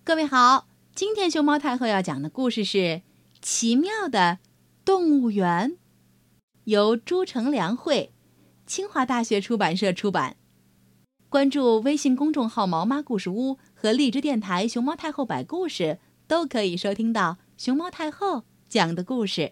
各位好，今天熊猫太后要讲的故事是《奇妙的动物园》，由朱成良绘，清华大学出版社出版。关注微信公众号毛妈故事屋和荔枝电台熊猫太后摆故事，都可以收听到熊猫太后讲的故事。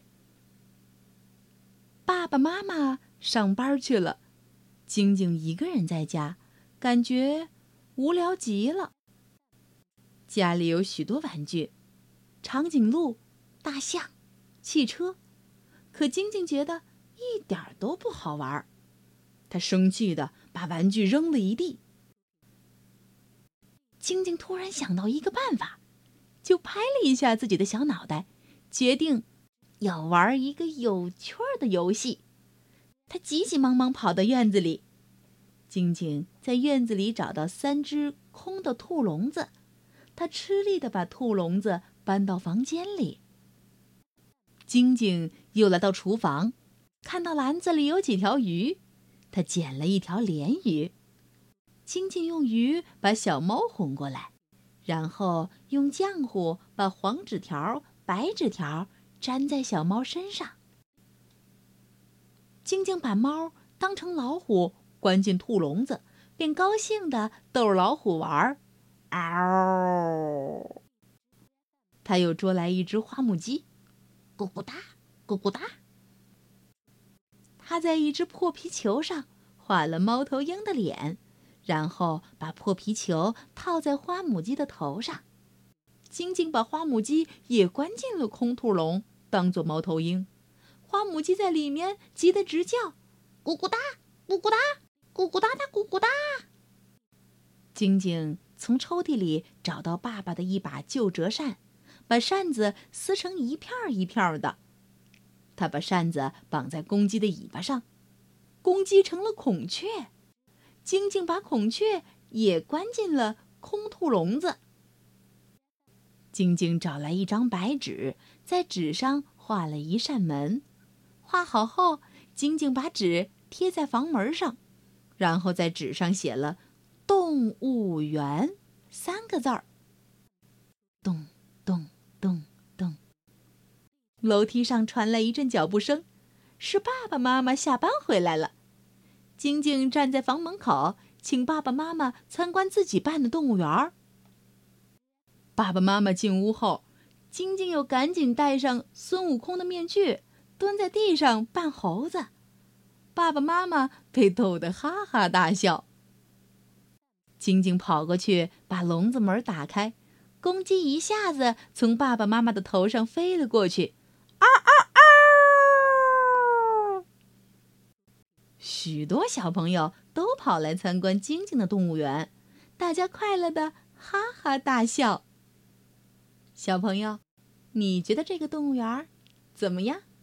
爸爸妈妈上班去了，晶晶一个人在家，感觉无聊极了。家里有许多玩具，长颈鹿、大象、汽车，可晶晶觉得一点都不好玩。她生气地把玩具扔了一地。晶晶突然想到一个办法，就拍了一下自己的小脑袋，决定要玩一个有趣的游戏。她急急忙忙跑到院子里，晶晶在院子里找到3只空的兔笼子，她吃力地把兔笼子搬到房间里。晶晶又来到厨房，看到篮子里有几条鱼，她捡了一条鲢鱼。晶晶用鱼把小猫哄过来，然后用浆糊把黄纸条、白纸条粘在小猫身上。晶晶把猫当成老虎关进兔笼子，便高兴地逗老虎玩。嗷！他又捉来一只花木鸡，咕咕哒，咕咕哒。他在一只破皮球上画了猫头鹰的脸，然后把破皮球套在花母鸡的头上。晶晶把花母鸡也关进了空兔笼，当作猫头鹰。花母鸡在里面急得直叫，咕咕哒，咕咕哒，咕咕哒哒，咕咕哒。晶晶从抽屉里找到爸爸的一把旧折扇，把扇子撕成一片一片的。他把扇子绑在公鸡的尾巴上，公鸡成了孔雀。晶晶把孔雀也关进了空兔笼子。晶晶找来一张白纸，在纸上画了一扇门。画好后，晶晶把纸贴在房门上，然后在纸上写了动物园3个字儿。咚咚咚咚，楼梯上传来一阵脚步声，是爸爸妈妈下班回来了。晶晶站在房门口，请爸爸妈妈参观自己办的动物园。爸爸妈妈进屋后，晶晶又赶紧戴上孙悟空的面具，蹲在地上扮猴子。爸爸妈妈被逗得哈哈大笑。晶晶跑过去把笼子门打开，公鸡一下子从爸爸妈妈的头上飞了过去。啊啊啊！许多小朋友都跑来参观晶晶的动物园，大家快乐地哈哈大笑。小朋友，你觉得这个动物园怎么样？